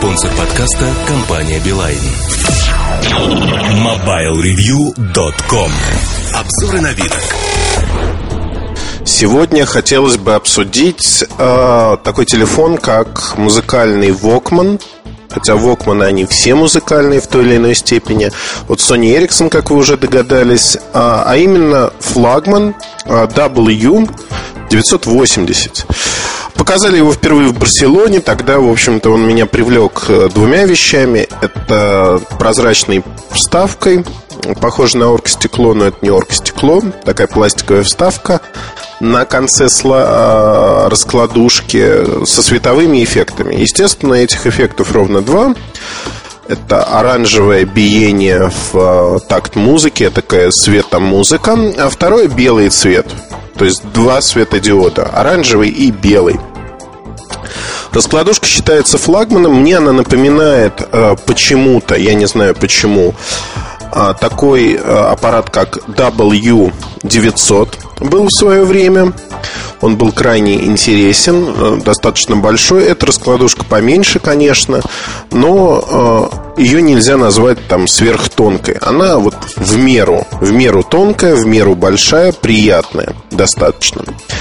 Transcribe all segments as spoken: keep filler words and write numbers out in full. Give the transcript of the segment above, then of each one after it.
Спонсор подкаста – компания Билайн. мобайл ревью точка ком. Обзоры новинок. Сегодня хотелось бы обсудить э, такой телефон, как музыкальный Walkman. Хотя Walkman, они все музыкальные в той или иной степени. Вот Sony Ericsson, как вы уже догадались, а, а именно флагман дабл ю девятьсот восемьдесят. Показали его впервые в Барселоне. Тогда, в общем-то, он меня привлек двумя вещами. Это прозрачной вставкой, похоже на оргстекло, но это не оргстекло. Такая пластиковая вставка на конце сла- раскладушки со световыми эффектами. Естественно, этих эффектов ровно два. Это оранжевое биение в такт музыки, такая светомузыка. А второй белый цвет. То есть два светодиода, оранжевый и белый. Раскладушка считается флагманом. Мне она напоминает э, почему-то, я не знаю почему, э, такой э, аппарат, как дабл ю девятьсот был в свое время. Он был крайне интересен, э, достаточно большой. Эта раскладушка поменьше, конечно, но э, ее нельзя назвать там сверхтонкой. Она вот в меру, в меру тонкая, в меру большая, приятная достаточно.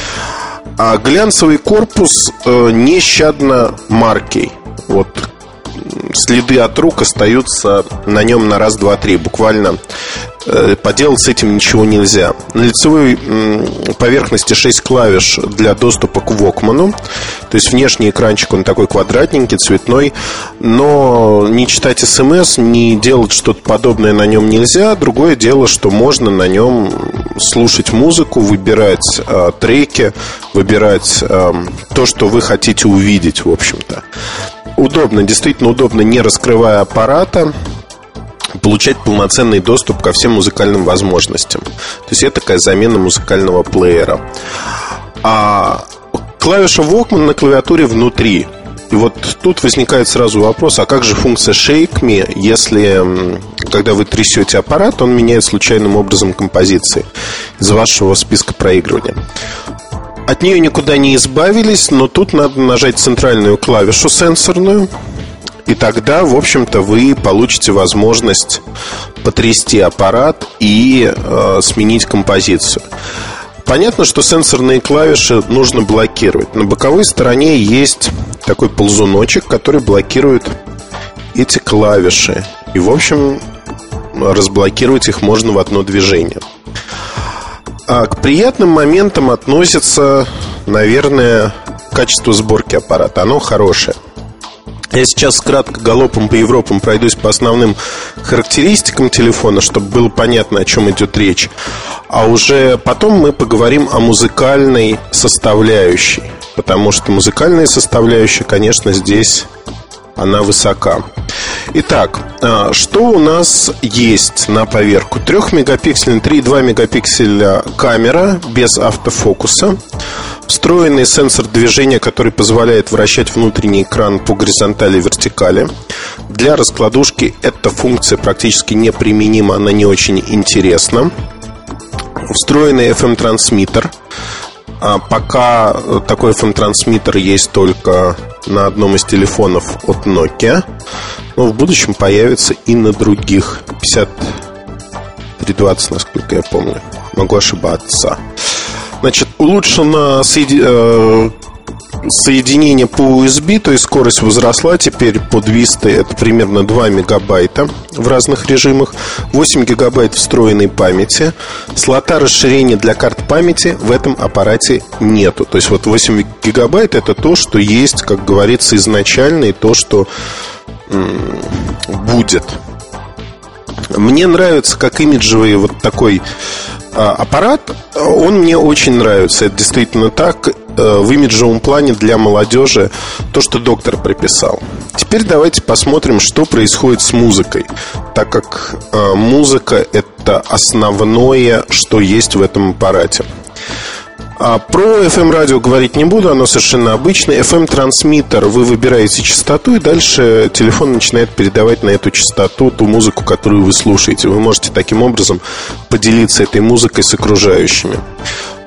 А глянцевый корпус э, нещадно маркий. Вот следы от рук остаются на нем на раз, два, три. Буквально э, поделать с этим ничего нельзя. На лицевой э, поверхности шесть клавиш для доступа к Walkman. То есть внешний экранчик, он такой квадратненький, цветной. Но не читать смс, не делать что-то подобное на нем нельзя. Другое дело, что можно на нем слушать музыку, выбирать э, треки, выбирать э, то, что вы хотите увидеть, в общем-то. Удобно, действительно удобно, не раскрывая аппарата, получать полноценный доступ ко всем музыкальным возможностям. То есть это такая замена музыкального плеера. А клавиша Walkman на клавиатуре внутри. И вот тут возникает сразу вопрос: а как же функция Shake Me, если когда вы трясете аппарат, он меняет случайным образом композиции из вашего списка проигрывания? От нее никуда не избавились, но тут надо нажать центральную клавишу сенсорную, и тогда, в общем-то, вы получите возможность потрясти аппарат и э, сменить композицию. Понятно, что сенсорные клавиши нужно блокировать. На боковой стороне есть такой ползуночек, который блокирует эти клавиши. И, в общем, разблокировать их можно в одно движение. А к приятным моментам относится, наверное, качество сборки аппарата. Оно хорошее. Я сейчас кратко галопом по Европам пройдусь по основным характеристикам телефона, чтобы было понятно, о чем идет речь. А уже потом мы поговорим о музыкальной составляющей. Потому что музыкальная составляющая, конечно, здесь она высока. Итак, что у нас есть на поверку? трёхмегапиксельная, три и два мегапикселя камера без автофокуса. Встроенный сенсор движения, который позволяет вращать внутренний экран по горизонтали и вертикали. Для раскладушки эта функция практически неприменима, она не очень интересна. Встроенный эф эм-трансмиттер. Пока такой эф эм-трансмиттер есть только на одном из телефонов от Nokia, но в будущем появится и на других. пятьдесят три двадцать, насколько я помню. Могу ошибаться. Значит, улучшено соеди... соединение по ю эс би, то есть скорость возросла. Теперь под Vista это примерно два мегабайта в разных режимах. восемь гигабайт встроенной памяти. Слота расширения для карт памяти в этом аппарате нету. То есть вот восемь гигабайт это то, что есть, как говорится, изначально, и то, что м- будет. Мне нравится, как имиджевый вот такой а, аппарат. Он мне очень нравится. Это действительно так. В имиджевом плане для молодежи то, что доктор прописал. Теперь давайте посмотрим, что происходит с музыкой, так как э, музыка — это основное, что есть в этом аппарате. А про эф эм-радио говорить не буду, оно совершенно обычное. эф эм-трансмиттер, вы выбираете частоту, и дальше телефон начинает передавать на эту частоту ту музыку, которую вы слушаете. Вы можете таким образом поделиться этой музыкой с окружающими.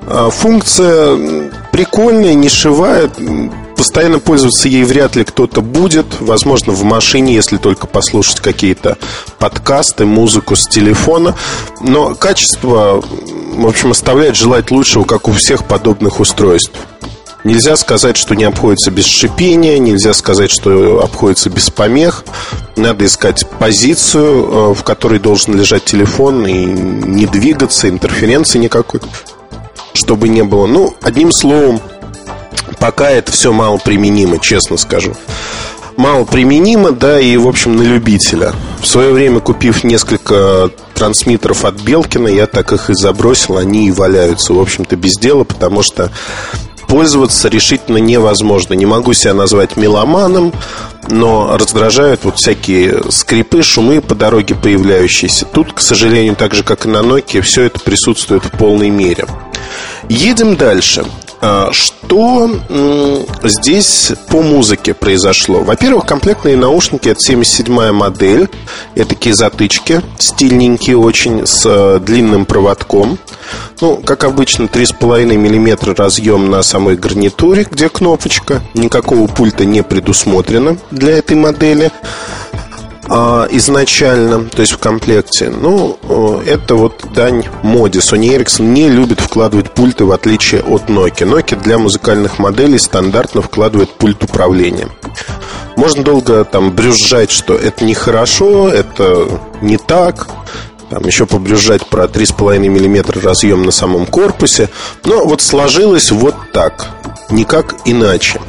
Функция прикольная, нишевая. Постоянно пользоваться ей вряд ли кто-то будет. Возможно, в машине, если только послушать какие-то подкасты, музыку с телефона. Но качество, в общем, оставляет желать лучшего, как у всех подобных устройств. Нельзя сказать, что не обходится без шипения. Нельзя сказать, что обходится без помех. Надо искать позицию, в которой должен лежать телефон, и не двигаться, интерференции никакой, чтобы не было. Ну, одним словом, пока это все мало применимо, честно скажу. Мало применимо, да, и, в общем, на любителя. В свое время, купив несколько трансмиттеров от Белкина, я так их и забросил. Они и валяются, в общем-то, без дела, потому что пользоваться решительно невозможно. Не могу себя назвать меломаном, но раздражают вот всякие скрипы, шумы по дороге появляющиеся. Тут, к сожалению, так же, как и на Nokia, все это присутствует в полной мере. Едем дальше. Что здесь по музыке произошло? Во-первых, комплектные наушники. Это семьдесят седьмая модель. Это такие затычки, стильненькие очень, с длинным проводком. Ну, как обычно, три с половиной миллиметра разъем на самой гарнитуре, где кнопочка. Никакого пульта не предусмотрено для этой модели а, изначально, то есть в комплекте. Ну, это вот дань моде. Sony Ericsson не любит вкладывать пульты, в отличие от Nokia. Nokia для музыкальных моделей стандартно вкладывает пульт управления. Можно долго там брюзжать, что это нехорошо, это не так. Там еще побрюзжать про три с половиной миллиметра разъем на самом корпусе. Но вот сложилось вот так, никак иначе.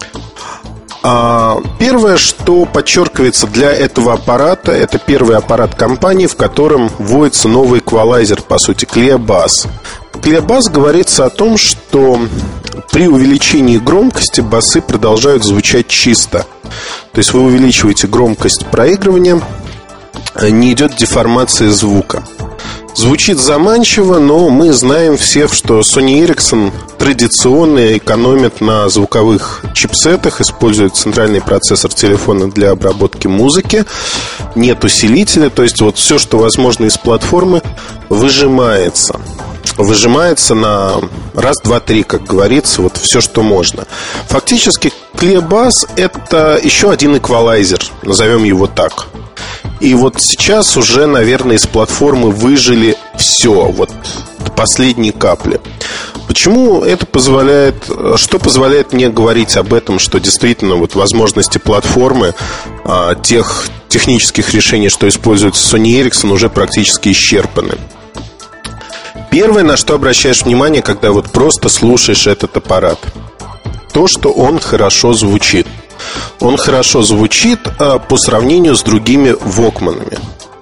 а, Первое, что подчеркивается для этого аппарата, это первый аппарат компании, в котором вводится новый эквалайзер, по сути, Clear Bass. Clear Bass говорится о том, что при увеличении громкости басы продолжают звучать чисто. То есть вы увеличиваете громкость проигрывания, не идет деформация звука. Звучит заманчиво, но мы знаем все, что Sony Ericsson традиционно экономит на звуковых чипсетах, использует центральный процессор телефона для обработки музыки, нет усилителя, то есть вот все, что возможно из платформы, выжимается. Выжимается на раз, два, три, как говорится, вот все, что можно. Фактически Clear Bass — это еще один эквалайзер, назовем его так. И вот сейчас уже, наверное, из платформы выжили все, вот до последней капли. Почему это позволяет, что позволяет мне говорить об этом, что действительно вот возможности платформы, а, тех технических решений, что используются Sony Ericsson, уже практически исчерпаны. Первое, на что обращаешь внимание, когда вот просто слушаешь этот аппарат, то, что он хорошо звучит. Он хорошо звучит а, по сравнению с другими вокманами.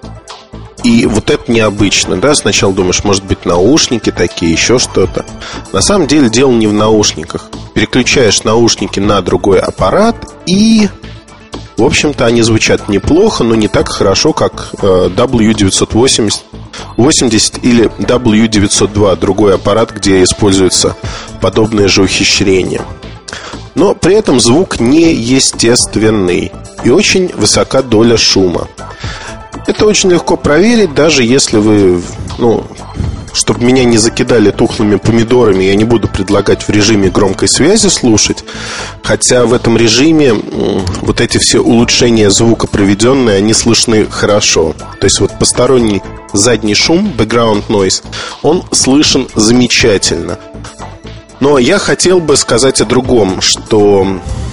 И вот это необычно, да? Сначала думаешь, может быть, наушники такие, еще что-то. На самом деле дело не в наушниках. Переключаешь наушники на другой аппарат, и, в общем-то, они звучат неплохо, но не так хорошо, как э, дабл ю девятьсот восемьдесят или дабл ю девятьсот два, другой аппарат, где используются подобные же ухищрения. Но при этом звук неестественный и очень высока доля шума. Это очень легко проверить, даже если вы, ну, чтобы меня не закидали тухлыми помидорами, я не буду предлагать в режиме громкой связи слушать. Хотя в этом режиме вот эти все улучшения звука проведенные, они слышны хорошо. То есть вот посторонний задний шум, background noise, он слышен замечательно. Но я хотел бы сказать о другом, что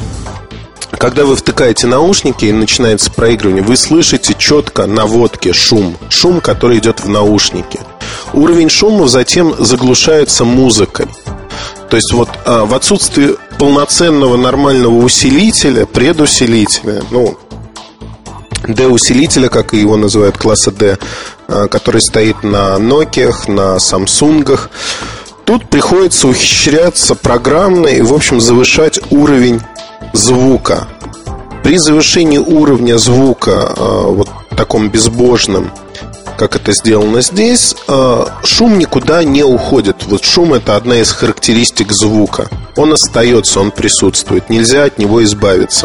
когда вы втыкаете наушники и начинается проигрывание, вы слышите четко наводки шум, шум, который идет в наушнике. Уровень шума затем заглушается музыкой. То есть вот а, в отсутствии полноценного нормального усилителя, предусилителя, ну, D-усилителя, как его называют, класса D, а, который стоит на Nokia, на Samsung, тут приходится ухищряться программно и, в общем, завышать уровень звука. При завышении уровня звука, вот таком безбожном, как это сделано здесь, шум никуда не уходит. Вот шум — это одна из характеристик звука. Он остается, он присутствует. Нельзя от него избавиться.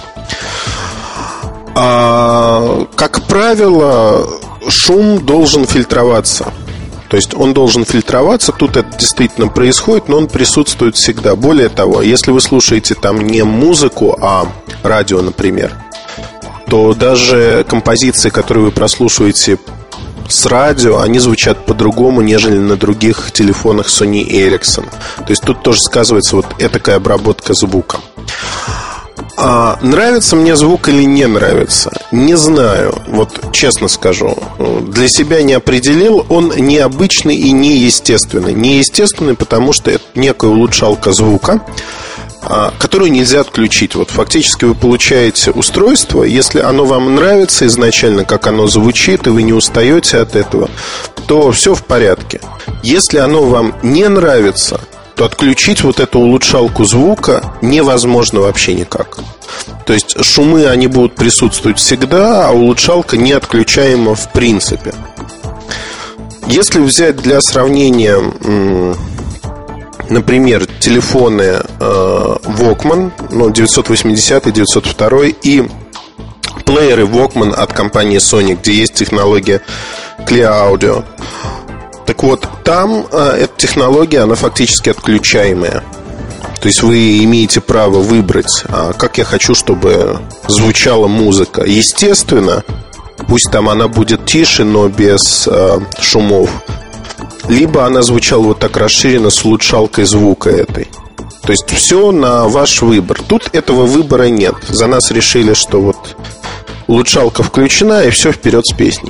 А, как правило, шум должен фильтроваться. То есть он должен фильтроваться. Тут это действительно происходит, но он присутствует всегда. Более того, если вы слушаете там не музыку, а радио, например, то даже композиции, которые вы прослушиваете с радио, они звучат по-другому, нежели на других телефонах Sony Ericsson. То есть тут тоже сказывается вот этакая обработка звука. А нравится мне звук или не нравится? Не знаю, вот честно скажу. Для себя не определил. Он необычный и неестественный. Неестественный, потому что это некая улучшалка звука, которую нельзя отключить. Вот фактически вы получаете устройство. Если оно вам нравится изначально, как оно звучит, и вы не устаете от этого, то все в порядке. Если оно вам не нравится, то отключить вот эту улучшалку звука невозможно вообще никак. То есть шумы, они будут присутствовать всегда, а улучшалка не отключаема в принципе. Если взять для сравнения, например, телефоны Walkman, ну, девятьсот восьмидесятый, девятьсот второй и плееры Walkman от компании Sony, где есть технология Clear Audio. Так вот, там э, эта технология, она фактически отключаемая. То есть вы имеете право выбрать, а, как я хочу, чтобы звучала музыка. Естественно, пусть там она будет тише, но без э, шумов. Либо она звучала вот так расширенно с улучшалкой звука этой. То есть все на ваш выбор. Тут этого выбора нет. За нас решили, что вот улучшалка включена, и все, вперед с песней.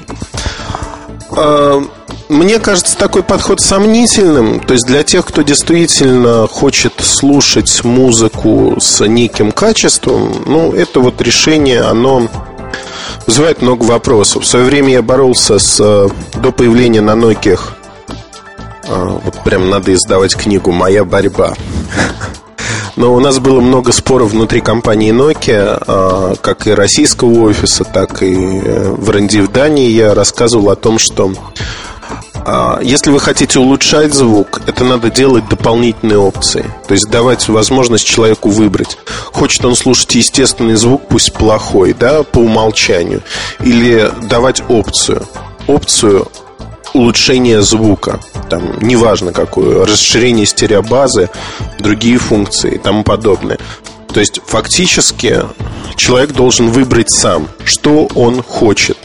Мне кажется, такой подход сомнительным. То есть для тех, кто действительно хочет слушать музыку с неким качеством, ну, это вот решение, оно вызывает много вопросов. В свое время я боролся с, до появления на Nokia, вот прям надо издавать книгу «Моя борьба». Но у нас было много споров внутри компании Nokia, как и российского офиса, так и в эр энд ди в Дании. Я рассказывал о том, что если вы хотите улучшать звук, это надо делать дополнительные опции. То есть давать возможность человеку выбрать. Хочет он слушать естественный звук, пусть плохой, да, по умолчанию. Или давать опцию. Опцию улучшения звука. Там, неважно какую, расширение стереобазы, другие функции и тому подобное. То есть фактически человек должен выбрать сам, что он хочет.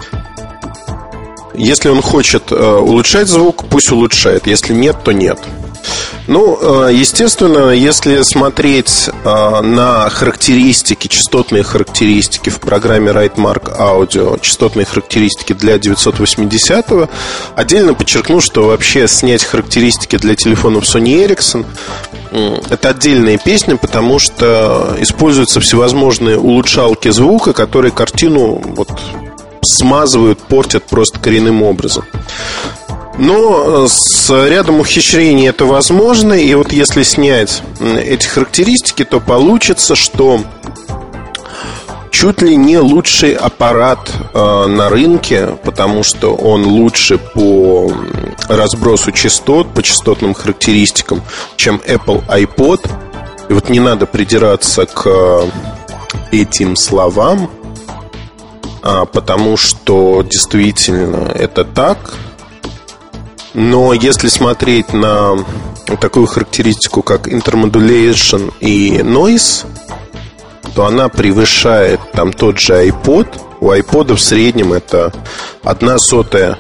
Если он хочет э, улучшать звук, пусть улучшает. Если нет, то нет. Ну, э, естественно, если смотреть э, на характеристики, частотные характеристики в программе RightMark Audio, частотные характеристики для девятьсот восьмидесятого, отдельно подчеркну, что вообще снять характеристики для телефонов Sony Ericsson э, это отдельная песня, потому что используются всевозможные улучшалки звука, которые картину вот смазывают, портят просто коренным образом. Но с рядом ухищрений это возможно. И вот если снять эти характеристики, то получится, что чуть ли не лучший аппарат э, на рынке, потому что он лучше по разбросу частот, по частотным характеристикам, чем Apple iPod. И вот не надо придираться к этим словам, а, потому что действительно это так. Но если смотреть на такую характеристику, как intermodulation и noise, то она превышает там тот же iPod. У iPod в среднем это одна сотая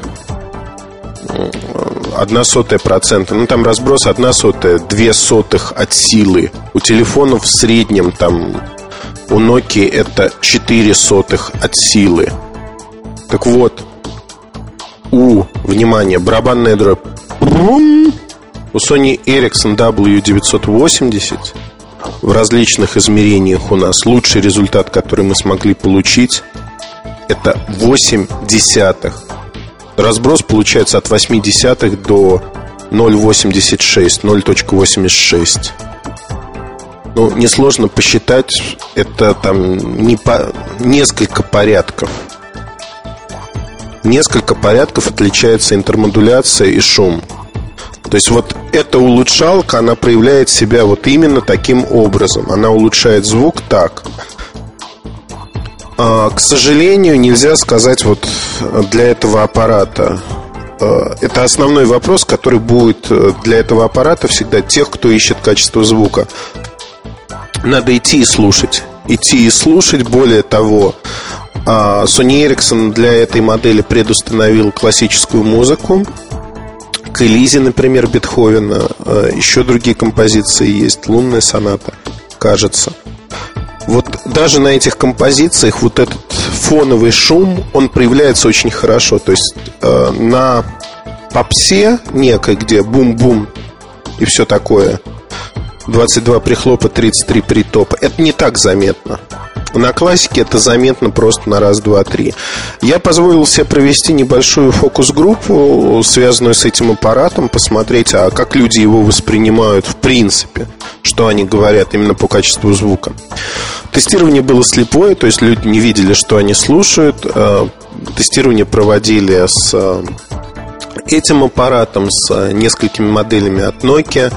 одна сотая процента. Ну там разброс одна сотая, две сотых от силы. У телефонов в среднем там у Nokia это четыре сотых от силы. Так вот, у, внимание, барабанная дробь, у Sony Ericsson дабл ю девятьсот восемьдесят в различных измерениях у нас лучший результат, который мы смогли получить, это восемь десятых. Разброс получается от восемь десятых до ноль целых восемьдесят шесть, ноль целых восемьдесят шесть. Ну, несложно посчитать, это там не по... несколько порядков. Несколько порядков отличается интермодуляция и шум. То есть вот эта улучшалка, она проявляет себя вот именно таким образом. Она улучшает звук так. а, К сожалению, нельзя сказать вот для этого аппарата это основной вопрос, который будет для этого аппарата всегда тех, кто ищет качество звука. Надо идти и слушать. Идти и слушать. Более того, Sony Ericsson для этой модели предустановил классическую музыку. К Элизе, например, Бетховена. Еще другие композиции есть. Лунная соната, кажется. Вот даже на этих композициях вот этот фоновый шум, он проявляется очень хорошо. То есть э, на попсе некой, где бум-бум и все такое, двадцать два прихлопа, тридцать три притопа, это не так заметно. На классике это заметно просто на раз, два, три. Я позволил себе провести небольшую фокус-группу, связанную с этим аппаратом, посмотреть, а как люди его воспринимают в принципе, что они говорят именно по качеству звука. Тестирование было слепое, то есть люди не видели, что они слушают. Тестирование проводили с этим аппаратом, с несколькими моделями от Nokia,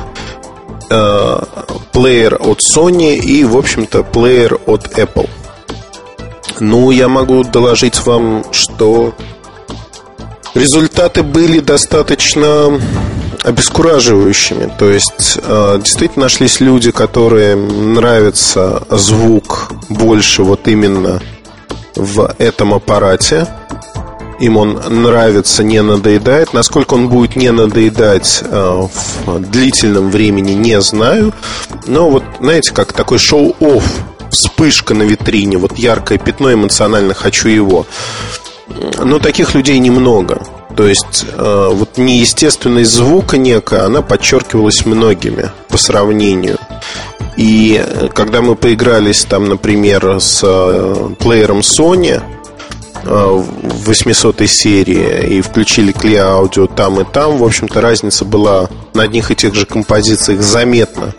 плеер от Sony и, в общем-то, плеер от Apple. Ну, я могу доложить вам, что результаты были достаточно обескураживающими. То есть, действительно нашлись люди, которым нравится звук больше вот именно в этом аппарате. Им он нравится, не надоедает. Насколько он будет не надоедать э, в длительном времени, не знаю. Но вот, знаете, как такой шоу-офф, вспышка на витрине, вот яркое пятно, эмоционально хочу его. Но таких людей немного. То есть э, вот неестественность звука некая, она подчеркивалась многими по сравнению. И когда мы поигрались там, например, с э, плеером Sony в восьмисотой серии и включили Clear Audio там и там, в общем-то, разница была на одних и тех же композициях заметна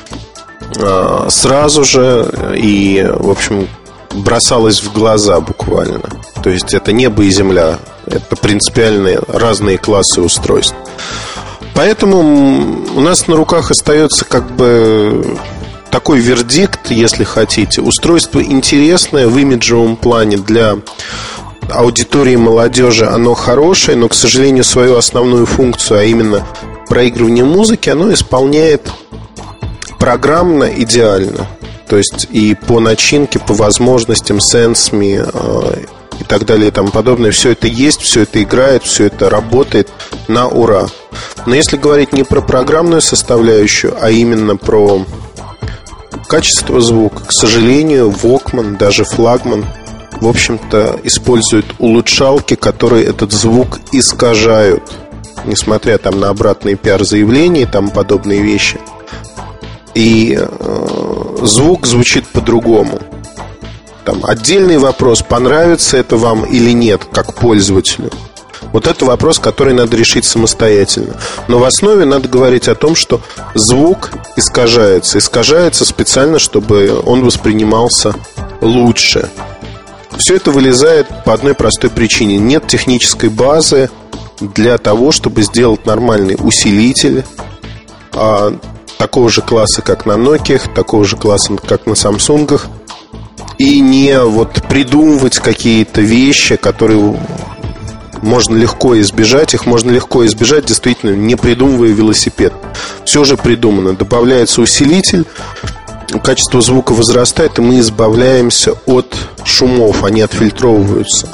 сразу же и, в общем, бросалась в глаза буквально. То есть это небо и земля. Это принципиально разные классы устройств. Поэтому у нас на руках остается как бы такой вердикт, если хотите. Устройство интересное в имиджевом плане для аудитории молодежи, оно хорошее, но, к сожалению, свою основную функцию, а именно проигрывание музыки, оно исполняет программно идеально. То есть и по начинке, по возможностям, сенсами э, и так далее и тому подобное. Все это есть, все это играет, все это работает на ура. Но если говорить не про программную составляющую, а именно про качество звука, к сожалению, Walkman, даже флагман, в общем-то, используют улучшалки, которые этот звук искажают, несмотря там на обратные пиар-заявления и тому подобные вещи. И э, звук звучит по-другому. Там отдельный вопрос, понравится это вам или нет, как пользователю. Вот это вопрос, который надо решить самостоятельно. Но в основе надо говорить о том, что звук искажается. Искажается специально, чтобы он воспринимался лучше. Все это вылезает по одной простой причине. Нет технической базы для того, чтобы сделать нормальный усилитель а, такого же класса, как на Nokia, такого же класса, как на Samsung. И не вот придумывать какие-то вещи, которые можно легко избежать. Их можно легко избежать, действительно, не придумывая велосипед. Все уже придумано. Добавляется усилитель, качество звука возрастает, и мы избавляемся от шумов, они отфильтровываются.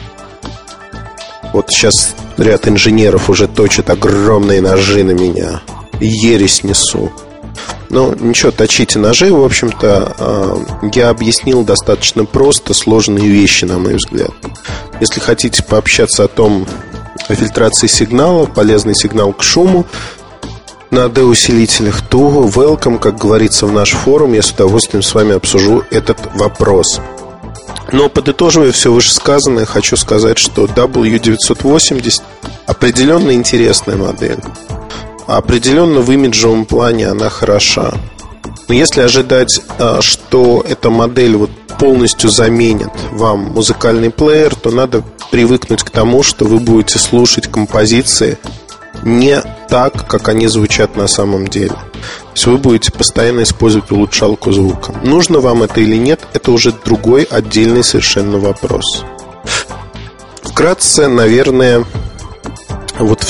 Вот сейчас ряд инженеров уже точат огромные ножи на меня. Ересь несу. Но ничего, точите ножи. В общем-то, я объяснил достаточно просто сложные вещи, на мой взгляд. Если хотите пообщаться о том, о фильтрации сигнала, полезный сигнал к шуму на D-усилителях, то welcome, как говорится в наш форум. Я с удовольствием с вами обсужу этот вопрос. Но подытоживая все вышесказанное, хочу сказать, что дабл ю девятьсот восемьдесят определенно интересная модель. Определенно в имиджевом плане она хороша. Но если ожидать, что эта модель вот полностью заменит вам музыкальный плеер, то надо привыкнуть к тому, что вы будете слушать композиции не так, как они звучат на самом деле. То есть вы будете постоянно использовать улучшалку звука. Нужно вам это или нет, это уже другой, отдельный совершенно вопрос. Вкратце, наверное, вот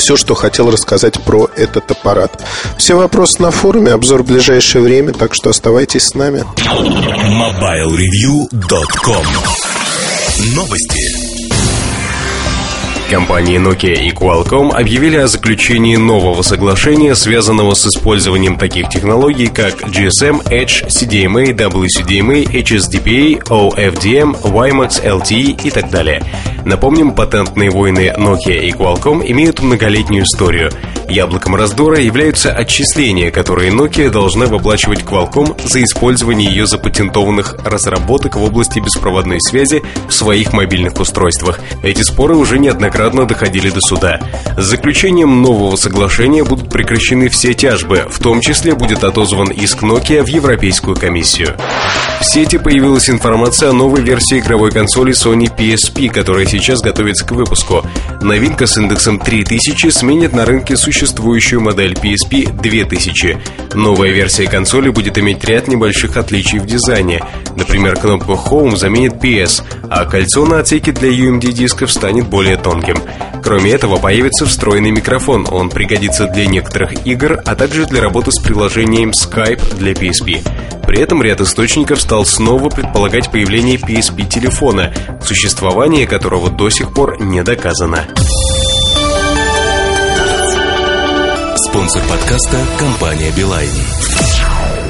все, что хотел рассказать про этот аппарат. Все вопросы на форуме, обзор в ближайшее время, так что оставайтесь с нами. мобайл ревью точка ком. Новости. Компании Nokia и Qualcomm объявили о заключении нового соглашения, связанного с использованием таких технологий, как джи эс эм, Edge, си ди эм эй, дабл ю си ди эм эй, эйч эс ди пи эй, о эф ди эм, WiMAX, эл ти и и так далее. Напомним, патентные войны Nokia и Qualcomm имеют многолетнюю историю. Яблоком раздора являются отчисления, которые Nokia должна выплачивать Qualcomm за использование ее запатентованных разработок в области беспроводной связи в своих мобильных устройствах. Эти споры уже неоднократно доходили до суда. С заключением нового соглашения будут прекращены все тяжбы, в том числе будет отозван иск Nokia в Европейскую комиссию. В сети появилась информация о новой версии игровой консоли Sony пи эс пи, которая сейчас готовится к выпуску. Новинка с индексом три тысячи сменит на рынке существующую модель пи эс пи две тысячи. Новая версия консоли будет иметь ряд небольших отличий в дизайне. Например, кнопку Home заменит пи эс, а кольцо на отсеке для ю эм ди-дисков станет более тонким. Кроме этого, появится встроенный микрофон. Он пригодится для некоторых игр, а также для работы с приложением Skype для пи эс пи. При этом ряд источников стал снова предполагать появление пи эс пи-телефона, существование которого до сих пор не доказано. Спонсор подкаста — компания Билайн.